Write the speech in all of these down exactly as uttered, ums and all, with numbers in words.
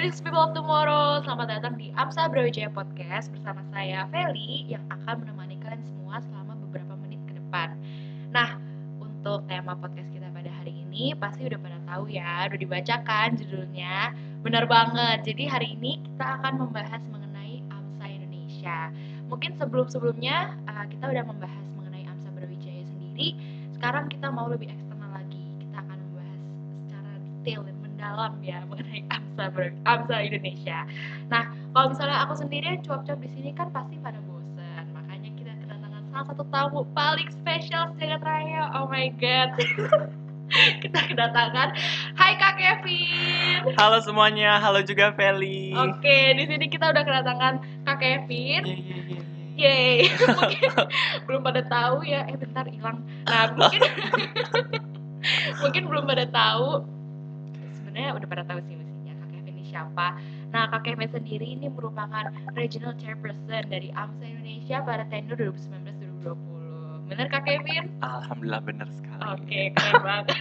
Beautiful People of Tomorrow, selamat datang di AMSA Brawijaya Podcast bersama saya Feli yang akan menemani kalian semua selama beberapa menit ke depan. Nah, untuk tema podcast kita pada hari ini pasti udah pada tahu ya, udah dibacakan judulnya. Benar banget. Jadi hari ini kita akan membahas mengenai AMSA Indonesia. Mungkin sebelum-sebelumnya uh, kita udah membahas mengenai AMSA Brawijaya sendiri. Sekarang kita mau lebih eksternal lagi. Kita akan membahas secara detail dan mendalam ya mengenai AMSA AMSA Indonesia. Nah, kalau misalnya aku sendiri cuap-cuap di sini kan pasti pada bosan. Makanya kita kedatangan salah satu tamu paling spesial sejagat raya. Oh my god. Kita kedatangan Hai Kak Kevin. Halo semuanya, halo juga Feli. Oke, di sini kita udah kedatangan Kak Kevin. Yeay. Yeay. Mungkin belum pada tahu ya. Eh bentar hilang. Nah, mungkin mungkin belum pada tahu. Sebenarnya udah pada tahu sih mestinya Kak Kevin ini siapa. Nah, Kak Kevin sendiri ini merupakan Regional Chairperson dari AMSA Indonesia pada tenure dua ribu sembilan belas sampai dua ribu dua puluh. Bener Kak Kevin? Alhamdulillah benar sekali. Oke, keren banget.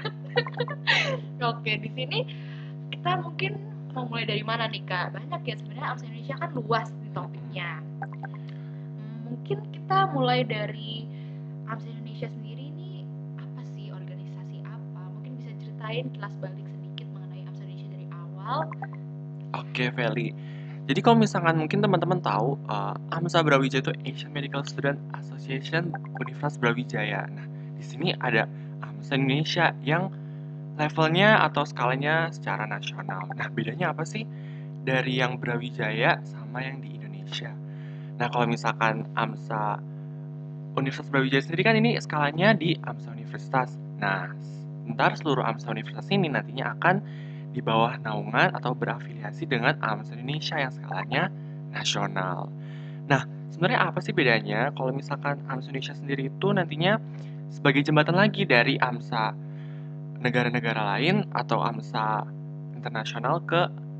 Oke, di sini kita mungkin mau mulai dari mana nih Kak? Banyak ya sebenarnya AMSA Indonesia kan luas nih topiknya. Hmm, mungkin kita mulai dari AMSA Indonesia sendiri ini apa sih, organisasi apa? Mungkin bisa ceritain kelas balik sedikit mengenai AMSA Indonesia dari awal. Oke Feli. Jadi kalau misalkan mungkin teman-teman tahu uh, AMSA Brawijaya itu Asian Medical Student Association Universitas Brawijaya. Nah, di sini ada AMSA Indonesia yang levelnya atau skalanya secara nasional. Nah, bedanya apa sih dari yang Brawijaya sama yang di Indonesia? Nah, kalau misalkan AMSA Universitas Brawijaya sendiri kan ini skalanya di AMSA Universitas. Nah, ntar seluruh AMSA Universitas ini nantinya akan di bawah naungan atau berafiliasi dengan AMSA Indonesia yang skalanya nasional. Nah, sebenarnya apa sih bedanya kalau misalkan AMSA Indonesia sendiri itu nantinya sebagai jembatan lagi dari AMSA negara-negara lain atau AMSA internasional ke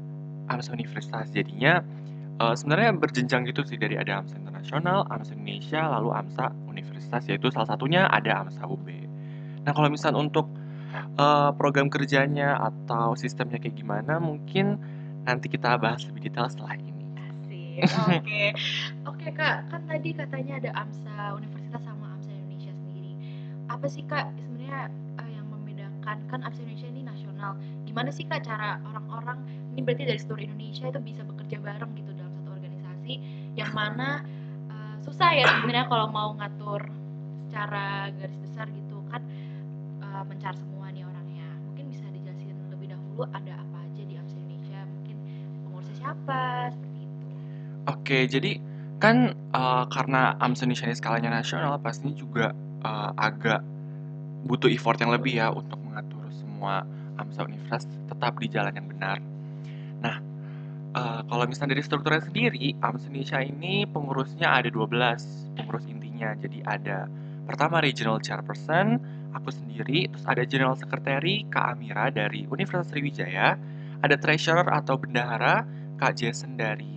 AMSA Universitas. Jadinya uh, sebenarnya berjenjang gitu sih, dari ada AMSA internasional, AMSA Indonesia, lalu AMSA Universitas, yaitu salah satunya ada AMSA U B. Nah, kalau misalnya untuk uh, program kerjanya atau sistemnya kayak gimana, mungkin nanti kita bahas lebih detail setelah ini. Asik, oke. Oke Kak, kan tadi katanya ada AMSA Universitas sama AMSA Indonesia sendiri. Apa sih Kak sebenarnya uh, yang membedakan? Kan AMSA Indonesia ini nasional. Gimana sih Kak cara orang-orang, ini berarti dari seluruh Indonesia itu bisa bekerja bareng gitu dalam satu organisasi, yang mana uh, susah ya sebenarnya kalau mau ngatur secara garis besar gitu kan, uh, mencar semua nih orangnya. Mungkin bisa dijelasin lebih dahulu ada apa aja di AMSA Indonesia, mungkin pengurusnya siapa, seperti itu. Oke, jadi kan uh, karena AMSA Indonesia ini skalanya nasional, pastinya juga uh, agak butuh effort yang lebih ya untuk mengatur semua AMSA Universitas tetap di jalan yang benar. Nah, uh, kalau misalnya dari strukturnya sendiri, AMSA Indonesia ini pengurusnya ada dua belas pengurus intinya. Jadi ada pertama Regional Chairperson, aku sendiri, terus ada General Secretary Kak Amira dari Universitas Sriwijaya, ada Treasurer atau Bendahara Kak Jason dari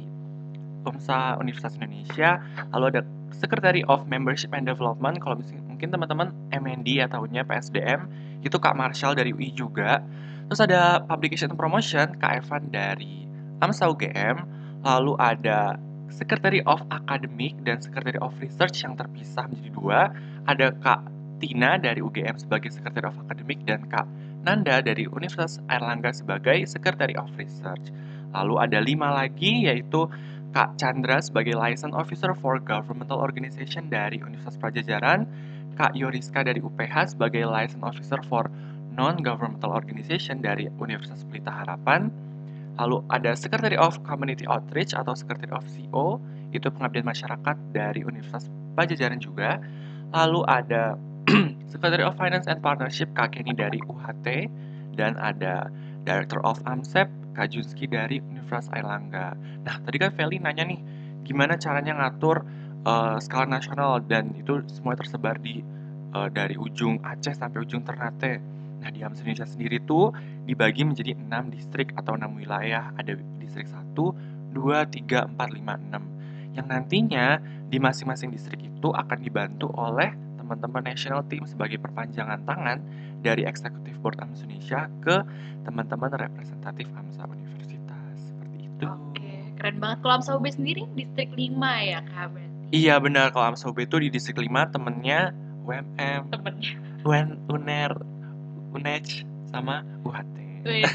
AMSA Universitas Indonesia, lalu ada Secretary of Membership and Development, kalau mungkin teman-teman M N D ya tahunya P S D M, itu Kak Marshall dari U I juga. Terus ada Publication and Promotion, Kak Evan dari AMSA U G M, lalu ada Secretary of Academic dan Secretary of Research yang terpisah menjadi dua, ada Kak Tina dari U G M sebagai Secretary of Academic dan Kak Nanda dari Universitas Airlangga sebagai Secretary of Research. Lalu ada lima lagi, yaitu Kak Chandra sebagai Liaison Officer for Governmental Organization dari Universitas Padjadjaran, Kak Yoriska dari U P H sebagai Liaison Officer for Non-Governmental Organization dari Universitas Pelita Harapan, lalu ada Secretary of Community Outreach atau Secretary of C O, itu pengabdian masyarakat dari Universitas Padjadjaran juga, lalu ada Secretary of Finance and Partnership Kak Kenny dari U H T, dan ada Director of AMSEP Kak Junski dari Universitas Airlangga. Nah, tadi kan Feli nanya nih, gimana caranya ngatur uh, skala nasional dan itu semua tersebar di uh, dari ujung Aceh sampai ujung Ternate. Nah, di AMSA Indonesia sendiri tuh dibagi menjadi enam distrik atau enam wilayah. Ada distrik satu, dua, tiga, empat, lima, enam. Yang nantinya di masing-masing distrik itu akan dibantu oleh teman-teman National Team sebagai perpanjangan tangan dari Executive Board AMSA Indonesia ke teman-teman representatif AMSA Universitas. Seperti gitu. Oke, keren banget. Kalau AMSA U B sendiri distrik lima ya Kak berarti? Iya benar, kalau AMSA U B itu di distrik lima, temennya U M M, Temennya. U N, UNER, UNEJ, sama U H T. Wih.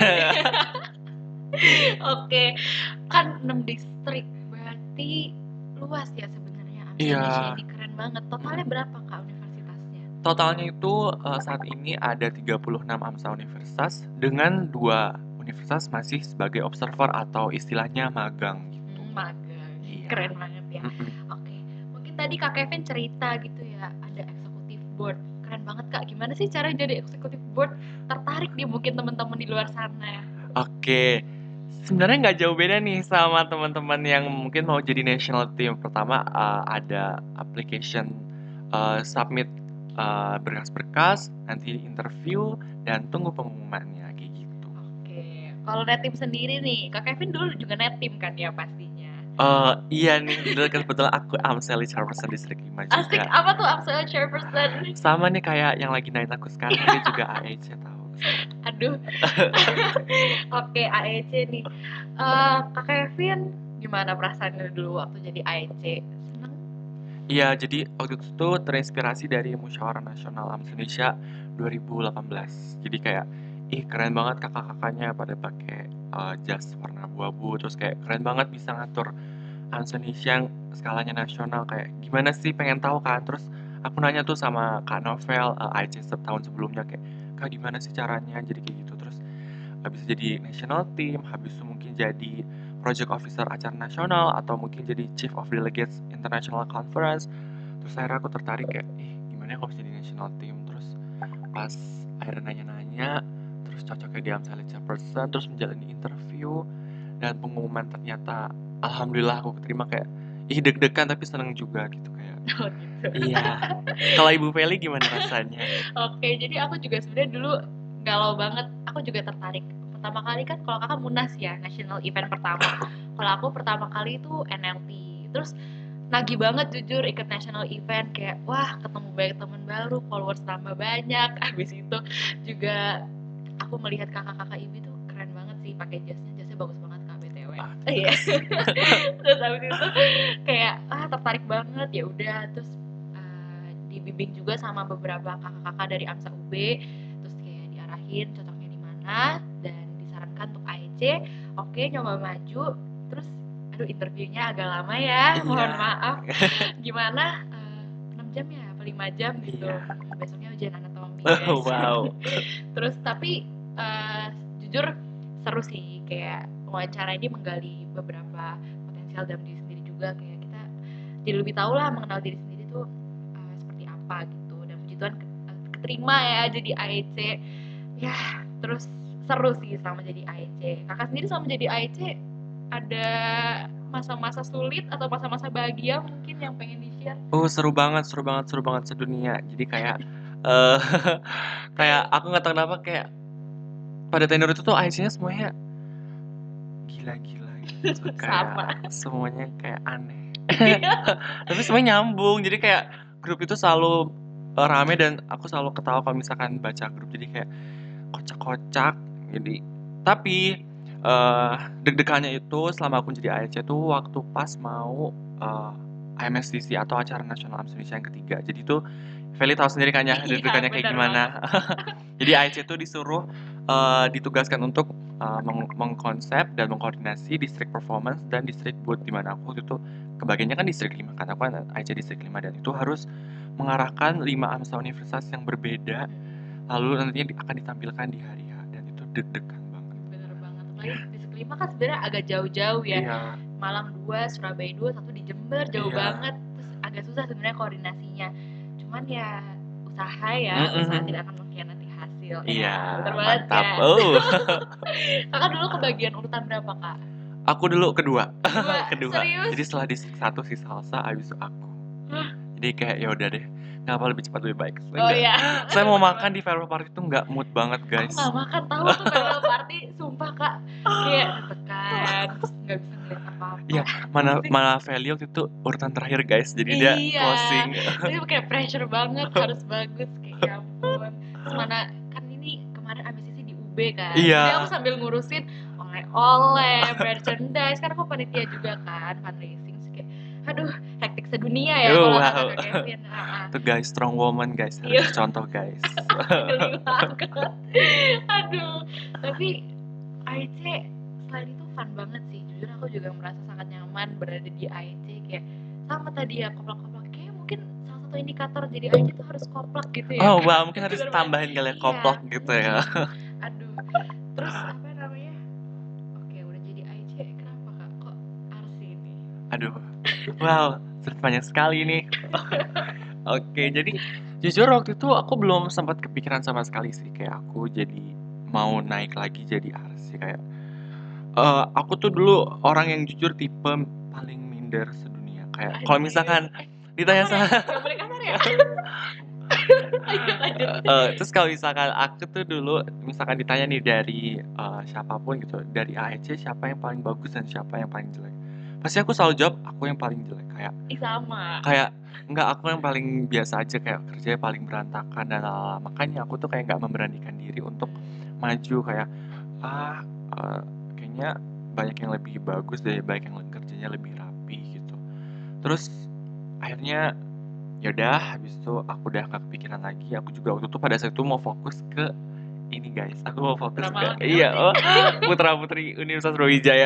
Oke, kan enam distrik, berarti luas ya sebenarnya AMSA Iya. Indonesia ini, keren banget. Totalnya Mm. berapa Kak universitasnya? Totalnya itu uh, saat ini ada tiga puluh enam AMSA universitas dengan dua universitas masih sebagai observer atau istilahnya magang gitu. Hmm, magang. Iya. Keren banget ya. Mm-mm. Oke, mungkin tadi Kak Kevin cerita gitu ya, ada eksekutif board. Keren banget Kak, gimana sih cara jadi eksekutif board? Tertarik nih mungkin teman-teman di luar sana ya. Oke, sebenarnya nggak jauh beda nih sama teman-teman yang mungkin mau jadi national team. Pertama uh, ada application, uh, submit uh, berkas-berkas, nanti interview dan tunggu pengumumannya kayak gitu. Oke, kalau netim sendiri nih, Kak Kevin dulu juga netim kan ya pastinya. Uh, iya nih, dulu kebetulan aku AMSEL chairperson distrik lima juga. Asik, apa tuh AMSA chairperson? Sama nih kayak yang lagi naik aku sekarang, dia juga A E C tahu. Aduh. Oke, A E C nih. Uh, Kak Kevin, gimana perasaannya dulu waktu jadi A E C? Seneng? Iya, jadi waktu itu tuh terinspirasi dari Musyawarah Nasional AMSA Indonesia dua ribu delapan belas. Jadi kayak, ih keren banget kakak-kakaknya pada pakai uh, jas warna abu-abu, terus kayak keren banget bisa ngatur AMSA Indonesia yang skalanya nasional, kayak gimana sih, pengen tahu kan. Terus aku nanya tuh sama Kak Novel, uh, A E C setahun sebelumnya, kayak Kak gimana sih caranya jadi kayak gitu. Terus habis jadi national team, habis itu mungkin jadi project officer acara nasional, atau mungkin jadi chief of delegates international conference. Terus akhirnya aku tertarik kayak, ih gimana ya kalau bisa jadi national team. Terus pas akhirnya nanya-nanya, terus cocoknya di AMSA chairperson, terus menjalani interview, dan pengumuman ternyata alhamdulillah aku keterima. Kayak ih deg-degan tapi seneng juga gitu kayak. Oh gitu. Iya. Kalau Ibu Feli gimana rasanya? Oke, jadi aku juga sebenarnya dulu galau banget. Aku juga tertarik. Pertama kali kan kalau kakak Munas ya, national event pertama. Kalau aku pertama kali itu N L T. Terus nagih banget jujur ikut national event, kayak wah ketemu banyak teman baru, followers tambah banyak. Habis itu juga aku melihat kakak-kakak I B tuh keren banget sih pakai jasnya, jasnya bagus banget Kak B T W. Ah, Iya. Terus habis itu kayak ah tertarik banget, ya udah. Terus uh, dibimbing juga sama beberapa kakak-kakak dari AMSA U B, terus kayak diarahin cocoknya di mana dan disarankan untuk A E C. Oke, nyoba maju. Terus aduh interviewnya agak lama ya, Iya. mohon maaf. Gimana uh, enam jam ya apa lima jam gitu. Iya. Besoknya ujian anatomi guys. Wow. Terus tapi uh, jujur seru sih, kayak wawancara ini menggali beberapa potensial dalam diri sendiri juga, kayak kita jadi lebih tahu lah mengenal diri sendiri tuh uh, seperti apa gitu. Dan puji Tuhan keterima ya jadi A E C ya. Terus seru sih sama jadi A E C. Kakak sendiri sama jadi A E C ada masa-masa sulit atau masa-masa bahagia mungkin yang pengen di-share? Oh seru banget, seru banget, seru banget sedunia. Jadi kayak uh, kayak aku nggak tahu kenapa kayak pada tenor itu tuh A E C-nya semuanya gila-gila gitu. Sama. Kayak semuanya kayak aneh. Tapi semuanya nyambung. Jadi kayak grup itu selalu uh, rame dan aku selalu ketawa kalau misalkan baca grup. Jadi kayak kocak-kocak. Jadi tapi uh, deg-degannya itu selama aku jadi A E C tuh waktu pas mau uh, I M S D C atau acara nasional AMSA Indonesia yang ketiga. Jadi tuh Feli tahu sendiri kan ya deg-degannya kayak gimana. Jadi A E C tuh disuruh uh, ditugaskan untuk uh, meng- mengkonsep dan mengkoordinasi distrik performance dan distrik booth, di mana aku waktu itu kebagiannya kan distrik lima kan, aku kan A E C distrik lima, dan itu harus mengarahkan lima AMSA universitas yang berbeda, lalu nantinya di- akan ditampilkan di hari H, dan itu deg-degan banget. Bener banget, apalagi distrik lima kan sebenarnya agak jauh-jauh ya. Iya. Malang dua, Surabaya dua, satu di Jember, jauh Iya. banget. Terus agak susah sebenarnya koordinasinya. Cuman ya usaha ya, Mm-mm. usaha tidak akan mengkhianati hasil. Iya, Ya, bener banget mantap. ya. Oh. Kakak dulu kebagian urutan berapa Kak? Aku dulu kedua. Kedua, Kedua. serius? Jadi setelah distrik satu si Salsa, habis itu aku. Hah? Jadi kayak ya udah deh, ngapa lebih cepat lebih baik. Oh Enggak. iya. Saya mau makan di farewell party tuh nggak mood banget Aku guys. gak makan tahu tuh farewell party, sumpah Kak. Kayak deg-degan, terus gak bisa ngeliat apa-apa. Iya, mana mana Feli waktu itu urutan terakhir guys, jadi dia Iya, closing. tapi kayak pressure banget, harus bagus, kayak ya ampun. Terus mana kan ini kemarin abis isi di U B kan, Iya. jadi aku sambil ngurusin oleh-oleh, merchandise. Kan aku panitia juga kan, fundraising. Terus kayak, aduh, hektik sedunia ya Oh, kalau kata wow. Kak Kevin. Ah, ah. Tuh guys, strong woman guys, Iya. harus dicontoh guys. Geli banget. Aduh, tapi I C selain itu fun banget sih. Jujur aku juga merasa sangat nyaman berada di I C. Kayak sama tadi ya, koplak-koplak. Kayak mungkin salah satu indikator jadi I C itu harus koplak gitu ya. Oh Kak. wow, mungkin harus Jujur banget. tambahin kali ya Iya. koplak gitu ya. Aduh, terus apa namanya? Oke, udah jadi I C, kenapa Kak? Kok arsi ini? Aduh, wow, cerita banyak sekali nih. Oke, jadi jujur waktu itu aku belum sempat kepikiran sama sekali sih kayak aku jadi mau naik lagi jadi arsi kayak. eh aku tuh dulu orang yang jujur tipe paling minder sedunia kayak kalau Anjir. misalkan Eh, ditanya kasar ya? sama Gak boleh kasar ya? Lanjut, lanjut. Eh, terus kalau misalkan aku tuh dulu misalkan ditanya nih dari eh, siapapun gitu dari A E C siapa yang paling bagus dan siapa yang paling jelek pasti aku selalu jawab aku yang paling jelek kayak Ih, sama. kayak enggak aku yang paling biasa aja kayak kerjanya paling berantakan dan lalala. Makanya aku tuh kayak nggak memberanikan diri untuk maju kayak ah eh, kayaknya banyak yang lebih bagus deh banyak yang kerjanya lebih rapi gitu terus akhirnya yaudah habis itu aku udah gak kepikiran lagi aku juga waktu itu pada saat itu mau fokus ke ini guys aku mau fokus Putra ke Malang iya apa oh putra putri Universitas Brawijaya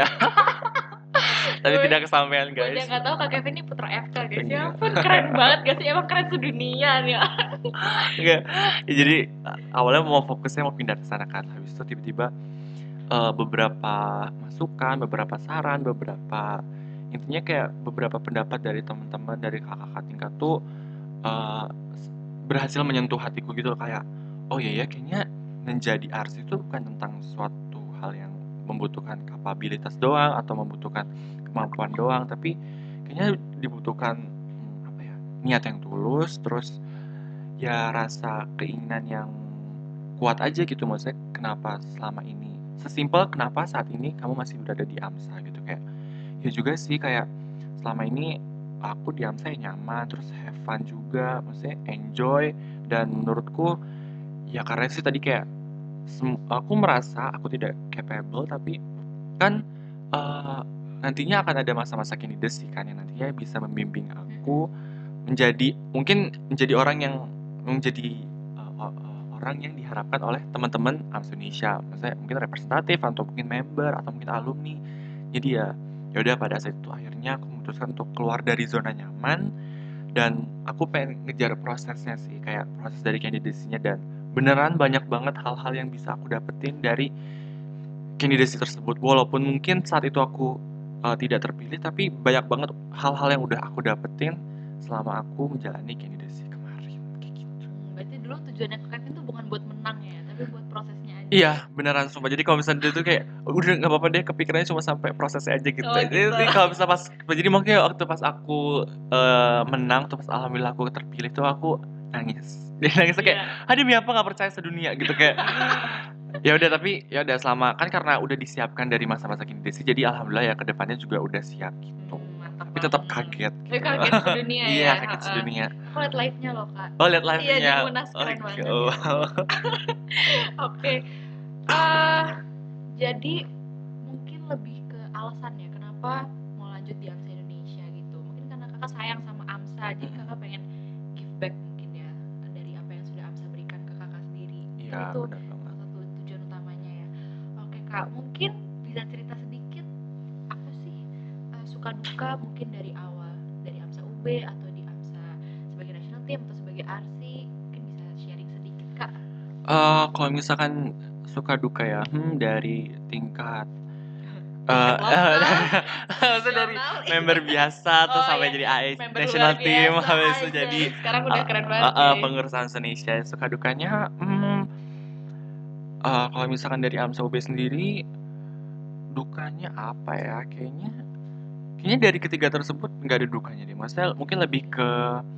tapi Woi, tidak kesampaian buat guys yang nggak tahu Kak Kevin ini putra F K guys. Iya. Ya ampun, keren banget gak sih? Emang keren sedunia nih. Enggak. Ya, jadi awalnya mau fokusnya mau pindah ke sana kan habis itu tiba-tiba eh, beberapa masukan beberapa saran beberapa intinya kayak beberapa pendapat dari teman-teman dari kakak-kakak tingkat tuh eh, berhasil menyentuh hatiku gitu loh, kayak oh iya ya kayaknya menjadi artis itu bukan tentang suatu hal yang membutuhkan kapabilitas doang atau membutuhkan kemampuan doang tapi kayaknya dibutuhkan hmm, apa ya niat yang tulus terus ya rasa keinginan yang kuat aja gitu maksudnya kenapa selama ini sesimpel kenapa saat ini kamu masih berada di AMSA gitu kayak ya juga sih kayak selama ini aku di AMSA ya nyaman terus have fun juga maksudnya enjoy dan menurutku ya karena sih tadi kayak sem- aku merasa aku tidak capable tapi kan eh, nantinya akan ada masa-masa candidates sih kan yang nantinya bisa membimbing aku menjadi mungkin menjadi orang yang menjadi uh, uh, uh, orang yang diharapkan oleh teman-teman AMS Indonesia, maksudnya mungkin representatif atau mungkin member atau mungkin alumni. Jadi ya ya udah pada saat itu akhirnya aku memutuskan untuk keluar dari zona nyaman dan aku pengen ngejar prosesnya sih kayak proses dari kandidasinya dan beneran banyak banget hal-hal yang bisa aku dapetin dari kandidasi tersebut walaupun mungkin saat itu aku uh, tidak terpilih tapi banyak banget hal-hal yang udah aku dapetin selama aku menjalani kandidasi kemarin kayak gitu. Hmm, berarti dulu tujuannya Kak Kevin tuh bukan buat menang ya, tapi buat prosesnya aja. Iya beneran sumpah jadi kalau misalnya itu kayak udah nggak apa-apa deh kepikirannya cuma sampai prosesnya aja gitu. Oh, gitu. Jadi kalau bisa pas jadi makanya waktu pas aku uh, menang tuh pas alhamdulillah aku terpilih tuh aku nangis. Dia nangisnya kayak Iya. aduh demi apa nggak percaya sedunia gitu kayak ya udah tapi ya udah selama kan karena udah disiapkan dari masa-masa kandidasi jadi alhamdulillah ya kedepannya juga udah siap gitu Hmm, mantap tapi tetap banget. kaget Tapi gitu. kaget sedunia Iya ya. kaget Ha-ha. sedunia. Aku liat live-nya loh Kak. Oh lihat Iya di live-nya Unas keren oke banget oh, ya. wow. Oke. Eh, jadi mungkin lebih ke alasan ya kenapa mau lanjut di AMSA Indonesia gitu. Mungkin karena kakak sayang sama AMSA, jadi kakak pengen give back mungkin ya dari apa yang sudah AMSA berikan ke kakak sendiri. Mungkin Iya itu benar banget. salah satu tujuan utamanya ya. Oke kak, mungkin bisa cerita sedikit apa sih eh, suka duka mungkin dari awal dari AMSA U B atau di AMSA sebagai national team atau sebagai R C, mungkin bisa sharing sedikit kak. Eh, kalau misalkan suka duka ya, hmm, dari tingkat Tingkat eh lokal, maksudnya dari nasional, member biasa tuh oh sampai ya, jadi A E C member national luar team biasa habis itu aja. jadi Sekarang udah eh, keren eh, banget eh, sih. pengurus AMSA Indonesia suka dukanya hmm, eh, kalau misalkan dari AMSA U B sendiri dukanya apa ya kayaknya kayaknya dari ketiga tersebut nggak ada dukanya deh maksudnya mungkin lebih ke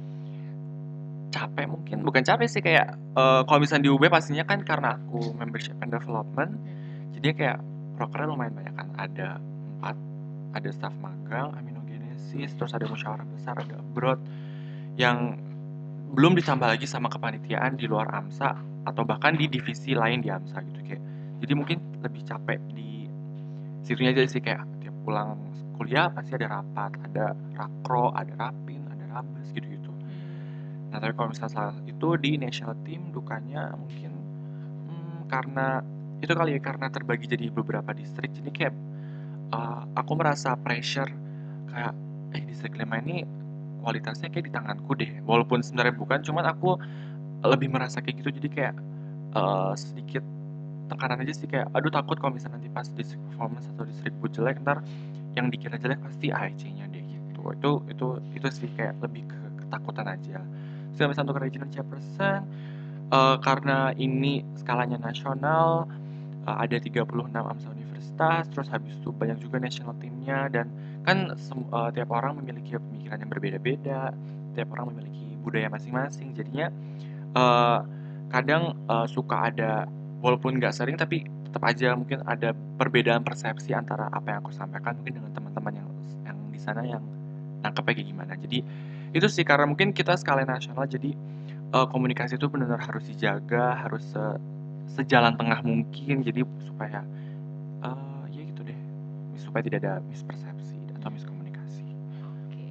capek mungkin bukan capek sih kayak eh, kalau misalnya di U B pastinya kan karena aku membership and development jadi kayak prokernya lumayan banyak kan ada empat ada staff magang aminogenesis terus ada musyawarah besar ada abroad yang belum ditambah lagi sama kepanitiaan di luar AMSA atau bahkan di divisi lain di AMSA gitu kayak jadi mungkin lebih capek di situnya aja sih, kayak tiap pulang kuliah pasti ada rapat, ada rakro, ada rapin, ada rabes gitu-gitu. Hmm. Nah tapi kalau misalnya salah itu di national team, dukanya mungkin hmm, karena itu kali ya, karena terbagi jadi beberapa distrik, jadi kayak uh, aku merasa pressure kayak eh distrik lima ini kualitasnya kayak di tanganku deh, walaupun sebenarnya bukan, cuman aku lebih merasa kayak gitu, jadi kayak uh, sedikit tekanan aja sih, kayak aduh takut kalau misalnya nanti pas distrik performance atau distrik boot jelek, ntar yang dikira jelek pasti A I C-nya deh gitu. Itu itu itu sih kayak lebih ke ketakutan aja. Terus misalnya untuk regional chairperson, uh, karena ini skalanya nasional, uh, ada tiga puluh enam AMSA universitas, terus habis itu banyak juga national team-nya, dan kan sem- uh, tiap orang memiliki pemikiran yang berbeda-beda, tiap orang memiliki budaya masing-masing, jadinya uh, kadang uh, suka ada, walaupun nggak sering tapi tetap aja mungkin ada perbedaan persepsi antara apa yang aku sampaikan mungkin dengan teman-teman yang yang di sana yang nangkepnya kayak gimana. Jadi itu sih, karena mungkin kita skala nasional, jadi uh, komunikasi itu benar-benar harus dijaga, harus se- sejalan tengah mungkin, jadi supaya uh, ya gitu deh, supaya tidak ada mispersepsi atau miskomunikasi. Oke,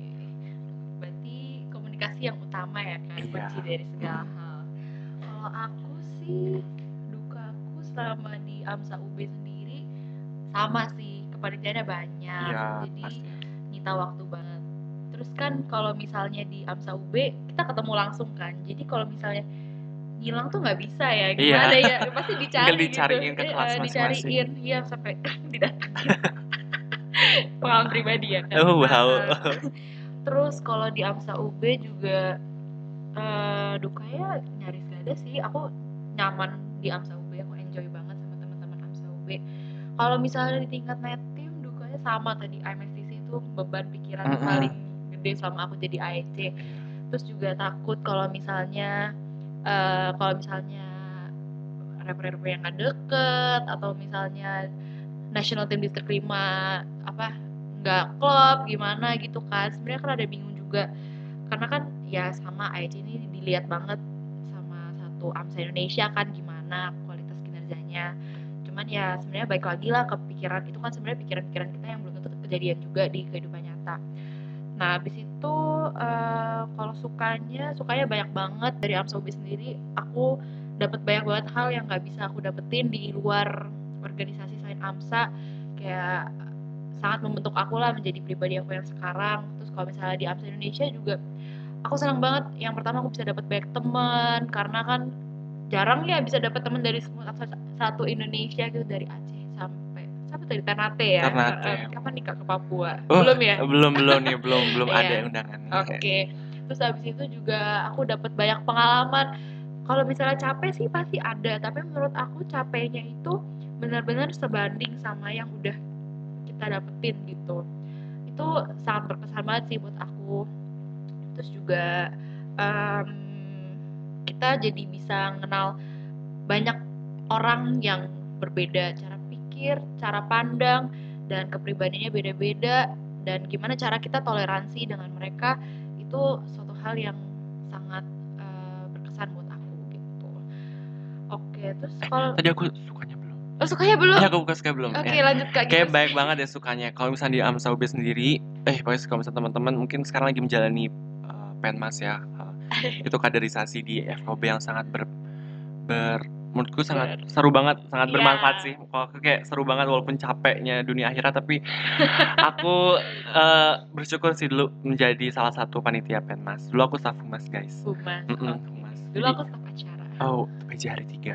berarti komunikasi yang utama ya kan, Iya. kunci dari segala Mm. hal. Kalau aku sih, duka aku selama di AMSA U B sendiri sama sih, kepanitiaannya banyak, Iya jadi pasti. nyita waktu banget. Terus kan kalau misalnya di AMSA U B kita ketemu langsung kan, jadi kalau misalnya hilang tuh nggak bisa ya, Iya. gimana ya, pasti Tinggal dicari gitu, dicariin ke eh, kelas eh, masing-masing. dicariin, iya sampai didatengin. Pengalaman pribadi ya kan. Oh Nah, wow. eh, terus kalau di AMSA U B juga eh dukanya nyaris gak ada sih. Aku nyaman di AMSA U B, aku enjoy banget sama teman-teman AMSA U B. Kalau misalnya di tingkat net team, dukanya sama tadi, I M S T C itu beban pikiran Mm-mm. paling gede selama aku jadi A E C. Terus juga takut kalau misalnya eh, kalau misalnya reper-reper yang gak deket, atau misalnya national team distrik lima apa nggak klub gimana gitu kan, sebenarnya kan ada bingung juga, karena kan ya sama A E C ini dilihat banget sama satu AMSA Indonesia kan gimana kualitas kinerjanya. Cuman ya sebenarnya baik lagi lah ke pikiran, itu kan sebenarnya pikiran-pikiran kita yang belum tentu kejadian juga di kehidupan nyata. Nah habis itu eh, kalau sukanya sukanya banyak banget dari AMSA U B sendiri. Aku dapat banyak banget hal yang nggak bisa aku dapetin di luar organisasi selain AMSA, kayak sangat membentuk aku lah menjadi pribadi aku yang sekarang. Terus kalau misalnya di AMSA Indonesia juga aku senang banget, yang pertama aku bisa dapat banyak teman, karena kan jarang ya bisa dapat teman dari semua satu Indonesia gitu, dari Aceh sampai sampai dari Ternate ya. Ternate. Kapan nih Kak ke Papua? Oh, Belum ya? belum belum nih, belum belum ada Iya. undangannya. Oke. Terus habis itu juga aku dapat banyak pengalaman. Kalau misalnya capek sih pasti ada, tapi menurut aku capeknya itu benar-benar sebanding sama yang udah kita dapetin gitu. Itu sangat berkesan banget sih buat aku. Terus juga em, kita jadi bisa mengenal banyak orang yang berbeda cara pikir, cara pandang, dan kepribadiannya beda-beda, dan gimana cara kita toleransi dengan mereka, itu suatu hal yang sangat eh, berkesan buat aku gitu. Oke, terus Eh, kalau tadi aku sukanya belum. oh sukanya belum? Eh, aku buka suka belum. Oke, Ya. lanjut Kak, Kayak gimana banyak sih? banget ya sukanya. Kalau misalnya di AMSA U B sendiri, eh pokoknya kalau misalnya teman-teman mungkin sekarang lagi menjalani uh, Penmas ya. Uh, itu kaderisasi di F K B yang sangat ber, ber menurutku sangat Ber- seru banget, sangat Iya. bermanfaat sih. Kalau aku kayak seru banget walaupun capeknya dunia akhirat, tapi aku uh, bersyukur sih dulu menjadi salah satu panitia Penmas. Dulu aku staf humas guys. Humas, Mm-mm, oke. humas. Dulu Jadi aku staf acara. oh P J hari tiga.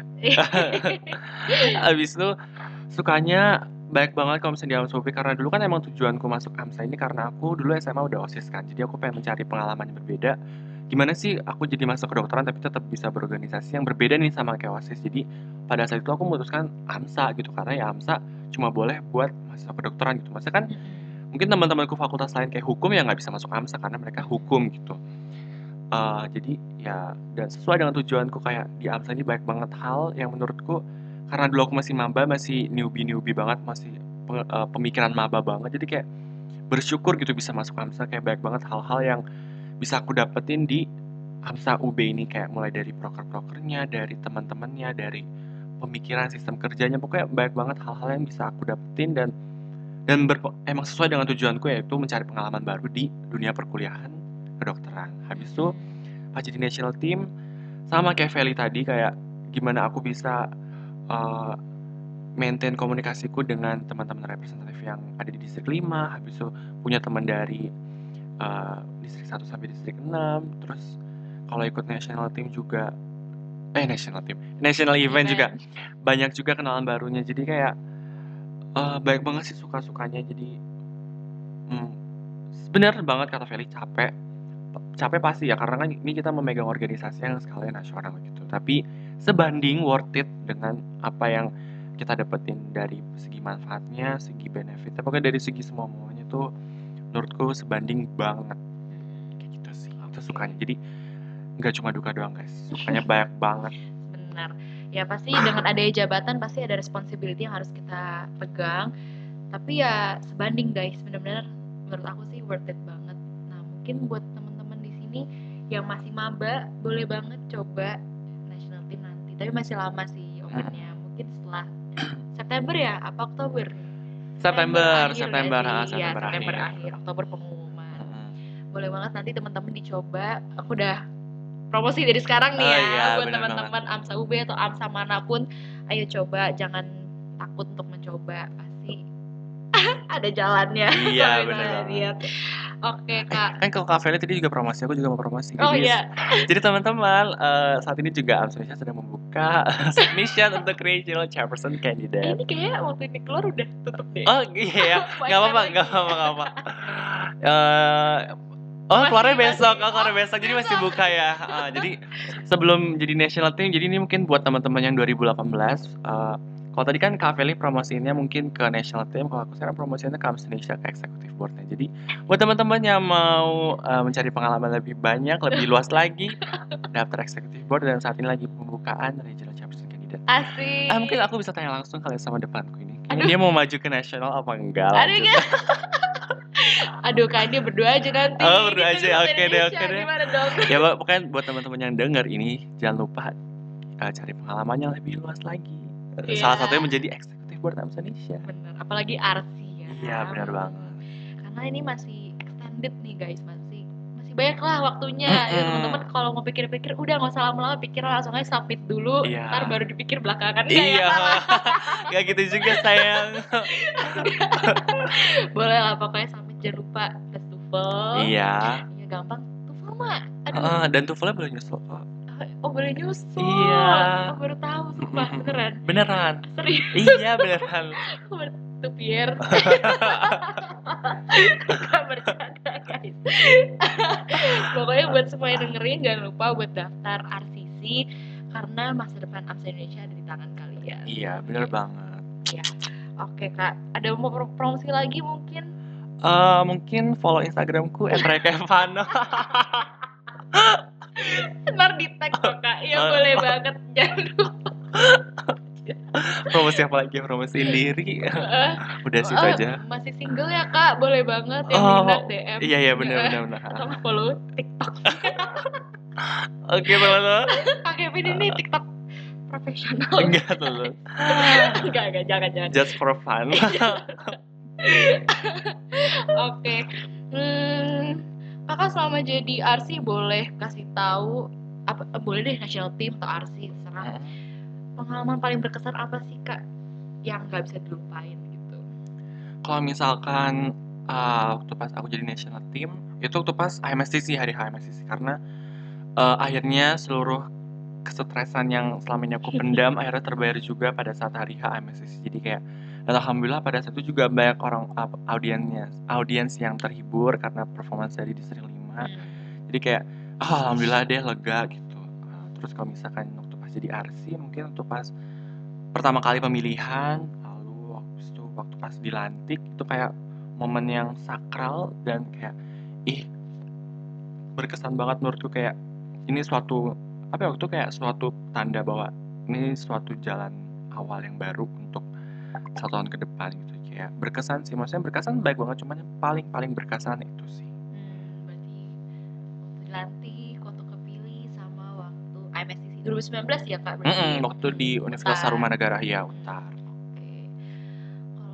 Abis itu sukanya baik banget kalau misalnya di AMSA U B, karena dulu kan emang tujuanku masuk AMSA ini karena aku dulu S M A udah OSIS kan, jadi aku pengen mencari pengalaman yang berbeda. Gimana sih aku jadi masuk kedokteran tapi tetap bisa berorganisasi yang berbeda nih sama kayak OSIS. Jadi pada saat itu aku memutuskan AMSA gitu, karena ya AMSA cuma boleh buat masuk kedokteran gitu. Maksudnya kan mungkin teman-temanku fakultas lain kayak hukum ya nggak bisa masuk AMSA karena mereka hukum gitu. Uh, jadi ya dan sesuai dengan tujuanku, kayak di AMSA ini banyak banget hal yang menurutku, karena dulu aku masih maba, masih newbie newbie banget, masih pe- uh, pemikiran maba banget, jadi kayak bersyukur gitu bisa masuk AMSA. Kayak banyak banget hal-hal yang bisa aku dapetin di AMSA U B ini, kayak mulai dari proker-prokernya, dari teman-temannya, dari pemikiran sistem kerjanya, pokoknya banyak banget hal-hal yang bisa aku dapetin, dan dan berpe- emang sesuai dengan tujuanku, yaitu mencari pengalaman baru di dunia perkuliahan kedokteran. Habis itu pas jadi national team, sama kayak Feli tadi, kayak gimana aku bisa uh, maintain komunikasiku dengan teman-teman representatif yang ada di distrik lima. Habis itu punya teman dari uh, distrik satu sampai distrik enam. Terus kalau ikut national team juga, eh national team, national event juga banyak juga kenalan barunya. Jadi kayak uh, banyak banget sih suka-sukanya. Jadi hmm, benar banget kata Feli, capek. Capek pasti ya, karena kan ini kita memegang organisasi yang skala nasional gitu. Tapi sebanding worth it dengan apa yang kita dapetin dari segi manfaatnya, segi benefitnya, pokoknya dari segi semua semuanya tuh menurutku sebanding banget. Kayak gitu sih, itu sukanya. Jadi nggak cuma duka doang guys, sukanya banyak banget. Benar. Ya pasti dengan adanya jabatan pasti ada responsibility yang harus kita pegang. Tapi ya sebanding guys, benar-benar menurut aku sih worth it banget. Nah mungkin buat teman-teman di sini yang masih maba, boleh banget coba national team nanti. Tapi masih lama sih opennya. Mungkin setelah September ya, apa Oktober? September, akhir September, nggak ha, sih? Ya, September September akhir. akhir, Oktober pengumuman. Mm-mm. Boleh banget nanti teman-teman dicoba. Aku udah promosi dari sekarang nih Oh, ya, iya, buat bener teman-teman AMSA U B atau AMSA manapun, ayo coba, jangan takut untuk mencoba, pasti ada jalannya. Iya, kalau bener misalnya banget. lihat. Oke kak. Eh, kan kalau Kak Feli tadi juga promosi, aku juga mau promosi. Oh Jadi, iya. jadi teman-teman, eh, saat ini juga AMS Indonesia sedang membuka submission untuk regional chairperson Eh, candidate. ini kayaknya waktu ini keluar udah tutup deh. Oh iya ya, nggak apa-apa, Lagi. nggak apa-apa, nggak apa. Eh, oh Masih- keluarnya besok, masih. oh keluarnya Oh, besok, jadi masih besok. buka ya. Ah, jadi sebelum jadi national team, jadi ini mungkin buat teman-teman yang dua ribu delapan belas. eh, kalau tadi kan Kak Feli promosiinnya mungkin ke national team, kalau aku sekarang promosiinnya ke AMS Indonesia, ke executive boardnya. Jadi buat teman-teman yang mau eh, mencari pengalaman lebih banyak, lebih luas lagi, daftar executive board, dan saat ini lagi pembukaan regional chairperson candidate. Asik. Ah, mungkin aku bisa tanya langsung kali sama depanku ini. Kayaknya dia mau maju ke nasional apa enggak, Aduh, lanjut. enggak. Aduh kak, dia berdua aja nanti. Oh, berdua Gitu, aja. Miss Oke deh, Indonesia. oke deh. Gimana dong? Ya, Pak, pokoknya buat teman-teman yang dengar ini, jangan lupa uh, cari pengalaman yang lebih luas lagi. Iya. Salah satunya menjadi eksekutif board AMS Indonesia. Bener, apalagi arsi ya. Iya, benar banget. Karena ini masih extended nih guys, masih masih banyak lah waktunya. Mm-mm. Ya teman-teman kalau mau pikir-pikir udah nggak usah lama-lama, pikir langsung aja submit dulu, Iya. ntar baru dipikir belakangan. Nggak Iya, ya, salah. nggak gitu juga sayang. Boleh lah, pokoknya submit, jangan lupa tes TOEFL. Iya. Iya gampang, TOEFL mah. Aduh. Uh, dan TOEFL-nya boleh nyusul kok. Oh boleh nyusul. Iya. Oh baru tahu, sumpah. Beneran? Beneran. Serius? Iya, beneran. Aku baru tuh Pierre. Gak bercanda guys. Pokoknya buat semua yang dengerin, jangan lupa buat daftar R C C, karena masa depan AMSA Indonesia ada di tangan kalian. Iya, bener banget. Ya. Oke kak, ada mau pro- promosi lagi mungkin? Uh, mungkin follow Instagramku et rekevano. Ntar di tag kok kak. Ya boleh banget, jangan lupa. Promosi apa lagi? Promosiin diri. Udah situ Oh, aja. masih single ya kak, boleh banget yang Oh, minat D M. iya iya benar benar benar. Atau nggak follow TikTok. Oke teman-teman. Kak Kevin ini TikTok profesional. Enggak tuh. Enggak enggak jangan jangan. Just for fun. Oke. Hmm, kakak selama jadi R C boleh kasih tahu apa eh, boleh deh national team atau R C terserah. Pengalaman paling berkesan apa sih kak yang nggak bisa dilupain gitu? Kalau misalkan uh, waktu pas aku jadi national team, itu waktu pas H M S T C, hari H M S T C, karena uh, akhirnya seluruh kesetresan yang selama ini aku pendam akhirnya terbayar juga pada saat hari H M S T C. Jadi kayak, dan alhamdulillah pada saat itu juga banyak orang uh, audiensnya, audiens yang terhibur karena performance dari distrik lima. Hmm. Jadi kayak, oh, alhamdulillah deh lega gitu. Uh, terus kalau misalkan waktu pas jadi R C, mungkin waktu pas pertama kali pemilihan, lalu waktu itu waktu pas dilantik, itu kayak momen yang sakral dan kayak, ih, berkesan banget menurutku. Kayak ini suatu apa ya, waktu kayak suatu tanda bahwa ini suatu jalan awal yang baru untuk satu tahun ke depan gitu. Kayak berkesan sih, maksudnya berkesan baik banget, cuman yang paling paling berkesan itu sih. Hmm, berarti waktu dilantik, waktu kepilih, sama waktu H M S T C dua ribu sembilan belas ya kak berarti? Mm-mm, waktu di Universitas Tarumanegara ya, Untar. Oke. Kalau aku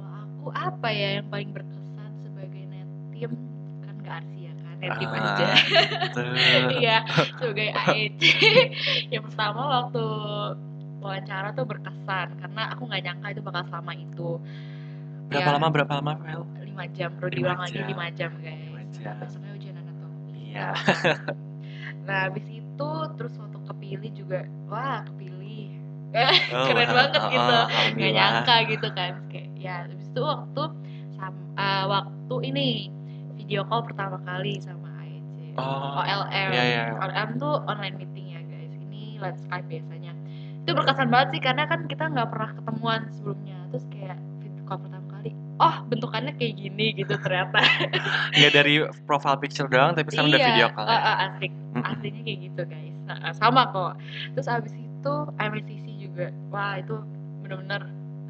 aku apa ya yang paling berkesan sebagai netim, kan nggak arsi ya kan, netim Ah, aja. gitu. Iya, sebagai A E C. Yang pertama waktu wawancara tuh berkesan karena aku nggak nyangka itu bakal selama itu. Berapa Ya, lama berapa lama Vel? lima jam, perlu Lima diulang lagi jam. lima jam Lima guys. jam. Besoknya ujian anatomi. Iya. Nah, habis itu terus waktu kepilih juga, wah kepilih. Oh, Keren wow. banget Oh, gitu. oh, Nggak alhamdulillah. nyangka gitu kan. Kayak ya habis itu waktu sam- uh, waktu ini video call pertama kali sama A E C. Oh, O L M. iya iya. O L M tuh online meeting ya guys. Ini live Skype biasanya. Itu berkesan banget sih karena kan kita nggak pernah ketemuan sebelumnya. Terus kayak video call pertama kali, oh bentukannya kayak gini gitu ternyata. Nggak dari profile picture doang, tapi sekarang udah Iya, video call uh, ya. uh, asik. Mm-mm. Aslinya kayak gitu guys. Nah, sama kok. Terus abis itu M S C C juga. Wah itu bener-bener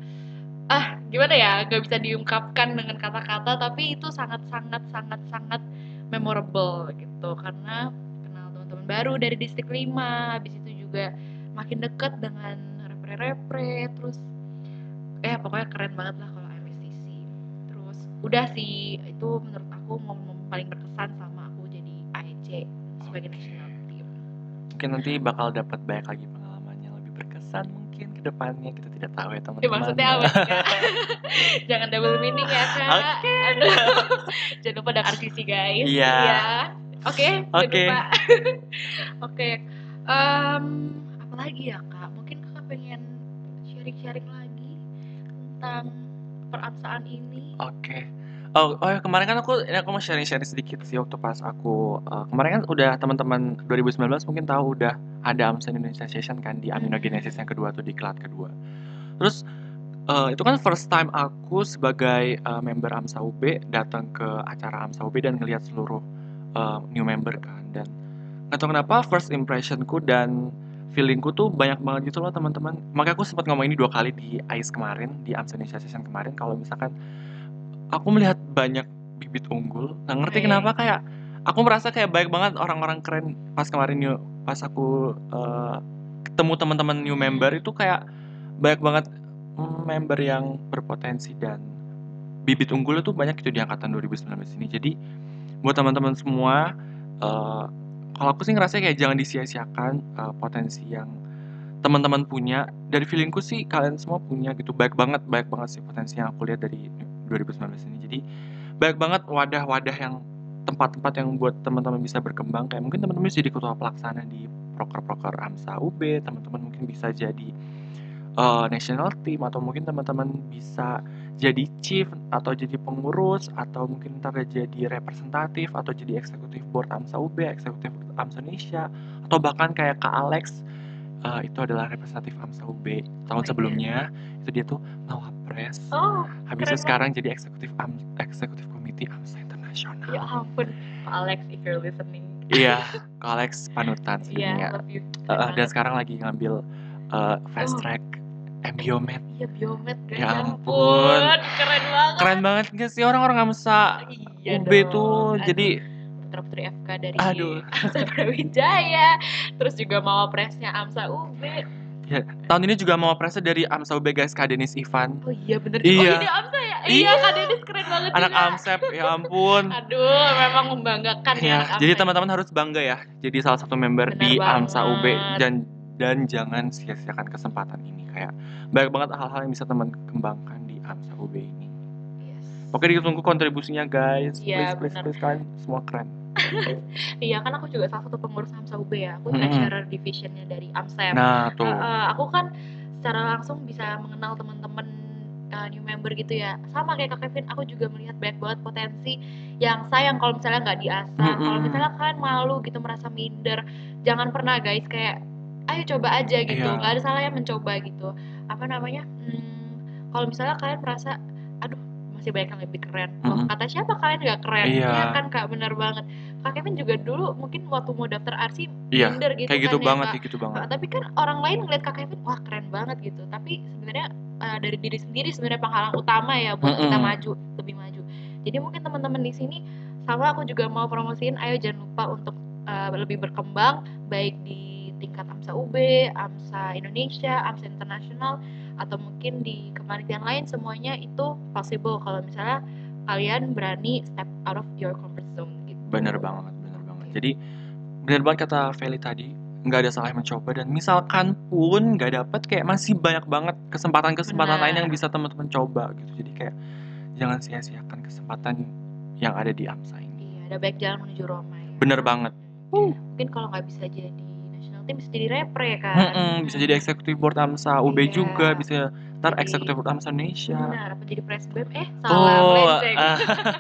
ah gimana ya, nggak bisa diungkapkan dengan kata-kata, tapi itu sangat sangat sangat sangat memorable gitu karena kenal teman-teman baru dari distrik lima. Habis itu juga makin dekat dengan repre-repre. Terus eh pokoknya keren banget lah kalau M S C C. Terus udah sih, itu menurut aku momen paling berkesan sama aku jadi A E C sebagai national team. Mungkin nanti bakal dapat banyak lagi pengalaman yang lebih berkesan mungkin ke depannya, kita tidak tahu ya Eh, teman-teman. maksudnya apa nih kak? Jangan double meaning ya kak. Oke. Aduh. Jangan lupa dengar sisi guys. Iya. Oke, jangan Oke. lupa. Oke. Em, apa lagi ya kak? Mungkin kakak pengen sharing-sharing lagi tentang peramsaan ini. Oke. Oh, oh ya, kemarin kan aku ini aku mau sharing-sharing sedikit sih waktu pas aku eh, kemarin kan udah teman-teman dua ribu sembilan belas mungkin tahu udah ada AMSA Indonesia Session kan di aminogenesis yang kedua tuh di kelas kedua. Terus eh, itu kan first time aku sebagai eh, member AMSA U B datang ke acara AMSA U B dan ngelihat seluruh eh, new member kan, dan nggak tahu kenapa first impressionku dan feelingku tuh banyak banget gitu loh teman-teman. Makanya aku sempat ngomong ini dua kali di A I S kemarin, di AMSA Indonesia Session kemarin, kalau misalkan aku melihat banyak bibit unggul. Nggak ngerti Oke. kenapa kayak aku merasa kayak banyak banget orang-orang keren pas kemarin new, pas aku eh, ketemu teman-teman new Hmm. member itu kayak banyak banget mm, member yang berpotensi dan bibit unggul itu banyak itu di angkatan dua ribu sembilan belas ini. Jadi buat teman-teman semua, eh, kalau aku sih ngerasa kayak jangan disia-siakan eh, potensi yang teman-teman punya. Dari feelingku sih kalian semua punya gitu, baik banget baik banget sih potensi yang aku lihat dari dua ribu sembilan belas ini. Jadi banyak banget wadah-wadah yang tempat-tempat yang buat teman-teman bisa berkembang. Kayak mungkin teman-teman bisa jadi ketua pelaksana di proker-proker AMSA U B, teman-teman mungkin bisa jadi uh, national team, atau mungkin teman-teman bisa jadi chief atau jadi pengurus, atau mungkin ntar jadi representatif atau jadi eksekutif board AMSA U B, eksekutif AMSA Indonesia, atau bahkan kayak Kak Alex uh, itu adalah representatif AMSA U B tahun Oh, sebelumnya. Itu dia tuh mawapres. Oh, Habis itu sekarang jadi eksekutif am, eksekutif komite AMSA Internasional. Ya ampun, Pak Alex if you're listening. Iya, Kak Alex panutan Iya, sedunia. love you. Uh, dan banget. sekarang lagi ngambil uh, fast Oh. track M Biomed. Iya biomed guys. Ya Ya ampun. keren banget. Keren banget gak sih orang-orang AMSA Iya U B dong. tuh. Aduh, Jadi putra-putri F K dari aduh. AMSA Brawijaya, terus juga mawapresnya AMSA U B. Ya, tahun ini juga mau presnya dari AMSA U B guys, Kak Denis Ivan. Oh iya bener. Iya. Oh ini AMSA ya? Iya. Iya, Kak Denis keren banget Anak juga. AMSEP, ya ampun. Aduh, memang membanggakan ya, Ya, anak jadi AMSA. teman-teman harus bangga ya. Jadi salah satu member Bener di banget. AMSA U B, dan dan jangan sia-siakan kesempatan ini. Kayak banyak banget hal-hal yang bisa teman kembangkan di AMSA U B ini. Yes. Oke, ditunggu kontribusinya guys. Iya, Please, please, bener. please, kalian semua keren. Iya kan aku juga salah satu pengurus AMSA U B ya. Aku Mm-mm. treasurer divisionnya dari AMSEP. Nah, tuh. Uh, uh, aku kan secara langsung bisa mengenal teman-teman uh, new member gitu ya. Sama kayak Kak Kevin, aku juga melihat banyak banget potensi yang sayang kalau misalnya nggak diasah. Mm-mm. Kalau misalnya kalian malu gitu, merasa minder, jangan pernah guys kayak ayo coba aja gitu. Iya. Nggak ada salahnya mencoba gitu. Apa namanya? Hmm, kalau misalnya kalian merasa aduh masih banyak yang lebih keren. Loh, Mm-mm. kata siapa kalian nggak keren? Iya. Iya kan Kak, bener banget. Kak Kevin juga dulu mungkin waktu mau daftar arsi Iya, minder gitu kayak kan gitu ya banget, Kak. kayak gitu banget. Uh, tapi kan orang lain ngeliat Kak Kevin, wah keren banget gitu. Tapi sebenarnya uh, dari diri sendiri sebenarnya penghalang utama ya buat Mm-mm. kita maju, lebih maju. Jadi mungkin teman-teman di sini sama aku juga mau promosiin, ayo jangan lupa untuk uh, lebih berkembang baik di tingkat AMSA U B, AMSA Indonesia, AMSA Internasional, atau mungkin di kepanitiaan lain, semuanya itu possible kalau misalnya kalian berani step out of your comfort zone gitu. Bener banget, bener banget. Oke. Jadi bener banget kata Feli tadi, nggak ada salahnya mencoba, dan misalkan pun nggak dapet, kayak masih banyak banget kesempatan-kesempatan lain yang Benar. bisa teman-teman coba gitu. Jadi kayak jangan sia-siakan kesempatan yang ada di AMSA ini. Iya, ada baik jalan menuju Roma ya. Bener banget. Uh. Mungkin kalau nggak bisa jadi national team bisa jadi repre kan. Mm-mm, bisa jadi eksekutif board AMSA U B Iya. juga, bisa ntar Jadi- eksekutif board AMSA Indonesia. Benar, apa jadi presbem? Eh, salah Oh, melenceng. ah.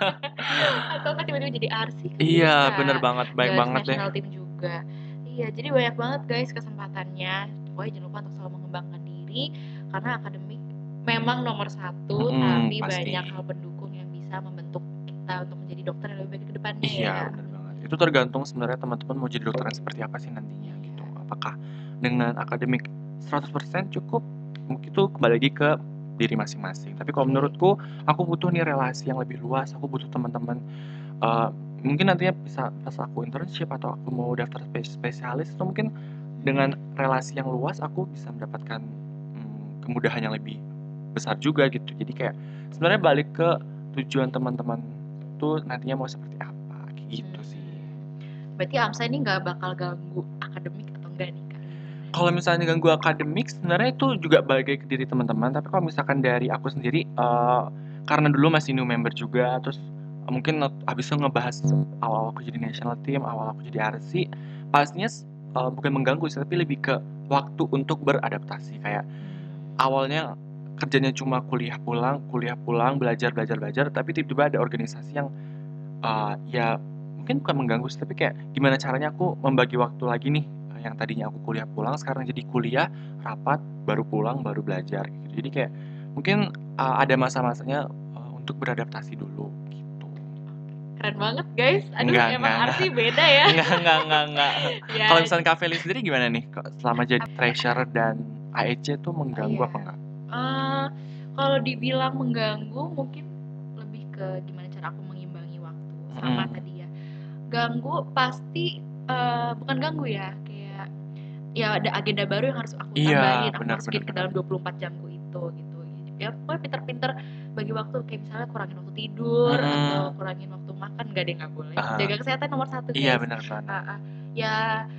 Atau kan tiba-tiba jadi R C kan Iya, bisa. bener banget, baik Garis banget deh. national team juga. Iya, jadi banyak banget guys kesempatannya. Pokoknya jangan lupa untuk selalu mengembangkan diri, karena akademik memang nomor satu, Mm-mm, tapi pasti. banyak hal pendukung yang bisa membentuk kita untuk menjadi dokter yang lebih baik ke depannya Iya, ya. bener banget. Itu tergantung sebenarnya teman-teman mau jadi dokter yang seperti apa sih nantinya gitu. Apakah dengan akademik seratus persen cukup? Mungkin itu kembali lagi ke diri masing-masing. Tapi kalau Oke. menurutku, aku butuh nih relasi yang lebih luas. Aku butuh teman-teman. Uh, mungkin nantinya bisa pas aku internship atau aku mau daftar spe- spesialis, atau mungkin dengan relasi yang luas aku bisa mendapatkan hmm, kemudahan yang lebih besar juga gitu. Jadi kayak sebenarnya balik ke tujuan teman-teman tuh nantinya mau seperti apa kayak gitu sih. Berarti AMSA ini nggak bakal ganggu akademik atau enggak nih Kak? Kalau misalnya ganggu akademik, sebenarnya itu juga balik ke diri teman-teman. Tapi kalau misalkan dari aku sendiri, uh, karena dulu masih new member juga, terus uh, mungkin habis itu ngebahas awal aku jadi national team, awal aku jadi R C, pastinya uh, bukan mengganggu sih, tapi lebih ke waktu untuk beradaptasi. Kayak awalnya kerjanya cuma kuliah pulang, kuliah pulang, belajar, belajar, belajar, tapi tiba-tiba ada organisasi yang uh, ya mungkin bukan mengganggu sih, tapi kayak gimana caranya aku membagi waktu lagi nih, yang tadinya aku kuliah pulang sekarang jadi kuliah, rapat, baru pulang, baru belajar gitu. Jadi kayak mungkin uh, ada masa-masanya uh, untuk beradaptasi dulu gitu. Keren banget guys. Aduh, Enggak, emang enggak, R C beda ya. Enggak, enggak, enggak, enggak. Ya, Kalau misalnya Kak Feli sendiri gimana nih? Kok selama jadi treasurer dan A E C tuh mengganggu Iya. apa enggak? Uh, kalau dibilang mengganggu, mungkin lebih ke gimana cara aku mengimbangi waktu sama Mm. tadi ya. Ganggu pasti uh, bukan ganggu ya, kayak ya ada agenda baru yang harus aku Iya, tambahin, aku benar, masukin benar, ke benar. dalam dua puluh empat jamku itu gitu. Ya pokoknya pinter-pinter bagi waktu, kayak misalnya kurangin waktu tidur, Mm-mm. atau kurangin waktu makan, gak ada yang nggak boleh. Uh, Jaga kesehatan nomor satu guys. Iya, benar banget. Uh, uh, ya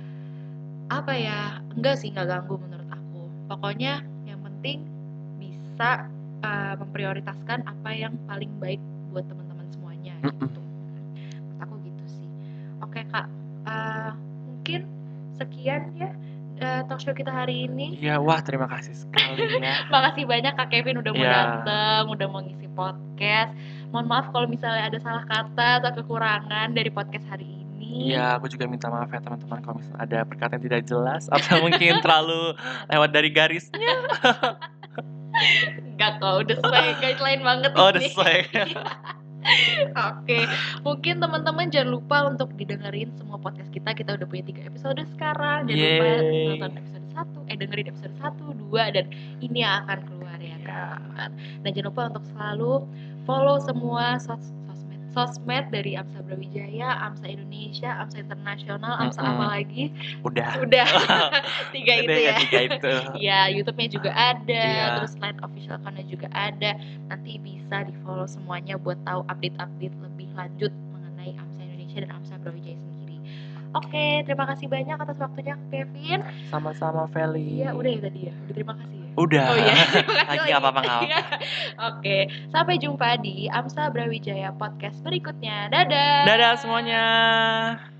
apa ya, enggak sih, nggak ganggu menurut aku. Pokoknya yang penting bisa uh, memprioritaskan apa yang paling baik buat teman-teman semuanya gitu. Menurut aku gitu sih. Oke Kak, uh, mungkin sekian ya uh, talk show kita hari ini. Iya, wah terima kasih sekali ya. Makasih banyak Kak Kevin udah mau Iya. dateng, udah mau ngisi podcast. Mohon maaf kalau misalnya ada salah kata atau kekurangan dari podcast hari ini. Iya, aku juga minta maaf ya teman-teman kalau misalnya ada perkataan yang tidak jelas atau mungkin terlalu lewat dari garisnya. Enggak kok, udah sesuai guideline banget Oh, ini. udah sesuai. Oke, mungkin teman-teman jangan lupa untuk didengerin semua podcast kita. Kita udah punya tiga episode sekarang. Jangan lupa Yeay. nonton episode satu, eh dengerin episode satu, dua, dan ini yang akan keluar ya teman-teman. Dan jangan lupa untuk selalu follow semua sos- sosmed sosmed dari AMSA Brawijaya, AMSA Indonesia, AMSA Internasional, AMSA Mm-mm. apa lagi? Udah. Udah. Tiga itu Udah ya. tiga itu. Ya, YouTube-nya juga ada, Iya. terus Line official account-nya juga ada. Nanti bisa di-follow semuanya buat tahu update-update lebih lanjut mengenai AMSA Indonesia dan AMSA Brawijaya sendiri. Oke, terima kasih banyak atas waktunya Kevin. Sama-sama Feli. Iya, udah ya tadi ya. Udah terima kasih ya. Udah. Oh iya, terima kasih lagi nggak apa-apa nggak apa. Oke, sampai jumpa di AMSA Brawijaya podcast berikutnya. Dadah. Dadah semuanya.